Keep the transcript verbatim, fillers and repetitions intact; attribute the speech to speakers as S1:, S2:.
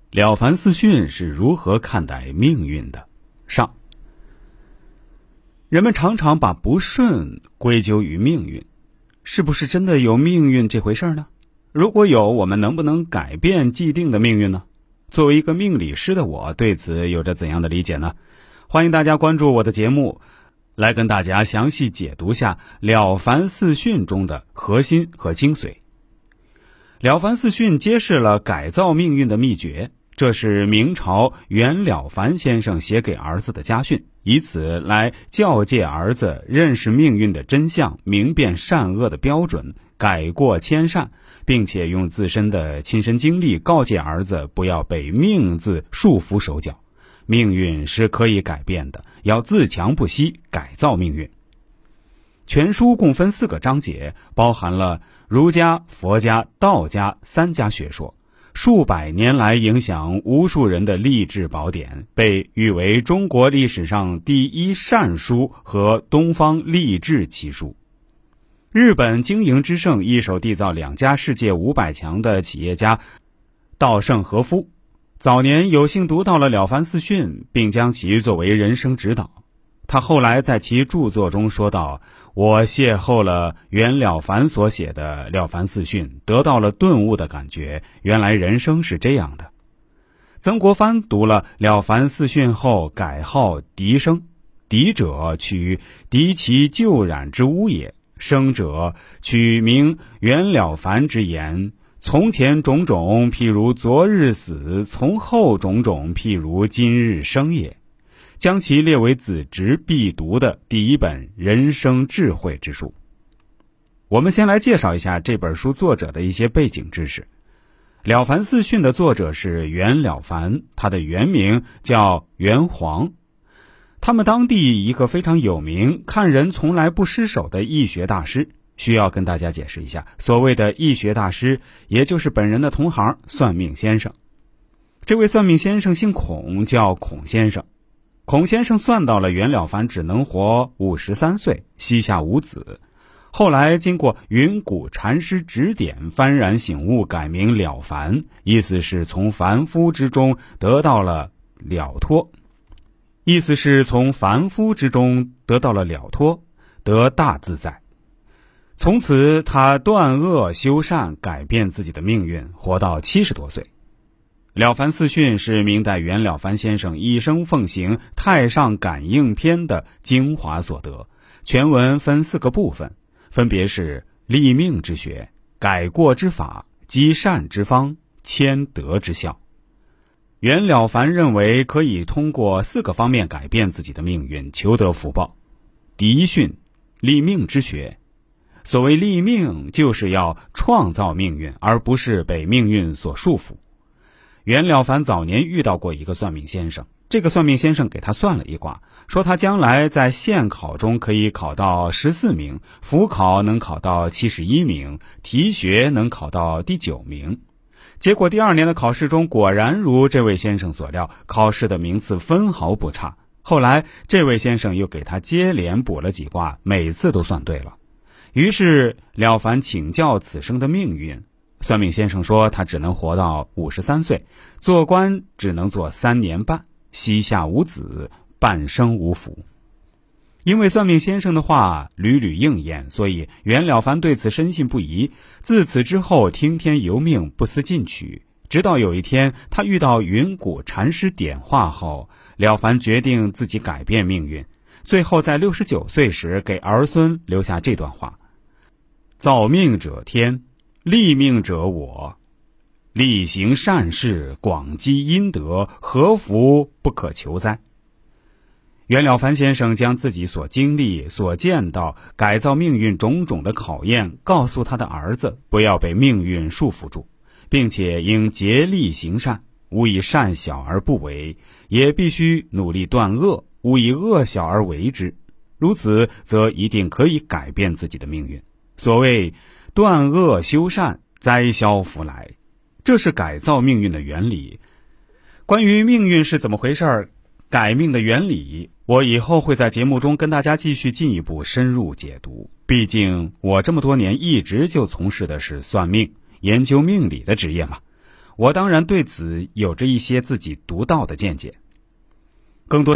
S1: 了凡四训是如何看待命运的？上，人们常常把不顺归咎于命运，是不是真的有命运这回事呢？如果有，我们能不能改变既定的命运呢？作为一个命理师的我，对此有着怎样的理解呢？欢迎大家关注我的节目，来跟大家详细解读下了凡四训中的核心和精髓。了凡四训揭示了改造命运的秘诀，这是明朝袁了凡先生写给儿子的家训，以此来教诫儿子认识命运的真相，明辨善恶的标准，改过迁善，并且用自身的亲身经历告诫儿子不要被命字束缚手脚。命运是可以改变的，要自强不息，改造命运。全书共分四个章节，包含了儒家、佛家、道家三家学说，数百年来影响无数人的励志宝典，被誉为中国历史上第一善书和东方励志奇书。日本经营之圣一手缔造两家世界五百强的企业家稻盛和夫，早年有幸读到了了凡四训，并将其作为人生指导。他后来在其著作中说道，我邂逅了袁了凡所写的了凡四训，得到了顿悟的感觉，原来人生是这样的。曾国藩读了了凡四训后改号狄生，狄者取狄其旧染之污也，生者取名袁了凡之言，从前种种譬如昨日死，从后种种譬如今日生也，将其列为子侄必读的第一本人生智慧之书。我们先来介绍一下这本书作者的一些背景知识。了凡四训的作者是袁了凡，他的原名叫袁黄，他们当地一个非常有名、看人从来不失手的易学大师。需要跟大家解释一下，所谓的易学大师，也就是本人的同行算命先生。这位算命先生姓孔，叫孔先生。孔先生算到了袁了凡只能活五十三岁，膝下无子。后来经过云谷禅师指点，幡然醒悟，改名了凡，意思是从凡夫之中得到了了脱，意思是从凡夫之中得到了了脱，得大自在。从此他断恶修善，改变自己的命运，活到七十多岁。了凡四训是明代袁了凡先生一生奉行太上感应篇的精华所得，全文分四个部分，分别是立命之学、改过之法、积善之方、谦德之效。袁了凡认为可以通过四个方面改变自己的命运，求得福报。第一训，立命之学。所谓立命，就是要创造命运，而不是被命运所束缚。袁了凡早年遇到过一个算命先生，这个算命先生给他算了一卦，说他将来在县考中可以考到十四名，府考能考到七十一名，提学能考到第九名。结果第二年的考试中，果然如这位先生所料，考试的名次分毫不差。后来这位先生又给他接连补了几卦，每次都算对了。于是了凡请教此生的命运，算命先生说他只能活到五十三岁，做官只能做三年半，膝下无子，半生无福。因为算命先生的话屡屡应验，所以袁了凡对此深信不疑，自此之后听天由命，不思进取。直到有一天他遇到云谷禅师点化后，了凡决定自己改变命运，最后在六十九岁时给儿孙留下这段话：造命者天，立命者我，力行善事，广积阴德，何福不可求哉。袁了凡先生将自己所经历、所见到改造命运种种的考验告诉他的儿子，不要被命运束缚住，并且应竭力行善，勿以善小而不为，也必须努力断恶，勿以恶小而为之，如此则一定可以改变自己的命运。所谓断恶修善，灾消福来，这是改造命运的原理。关于命运是怎么回事，改命的原理，我以后会在节目中跟大家继续进一步深入解读。毕竟我这么多年一直就从事的是算命、研究命理的职业嘛。 我当然对此有着一些自己独到的见解。更多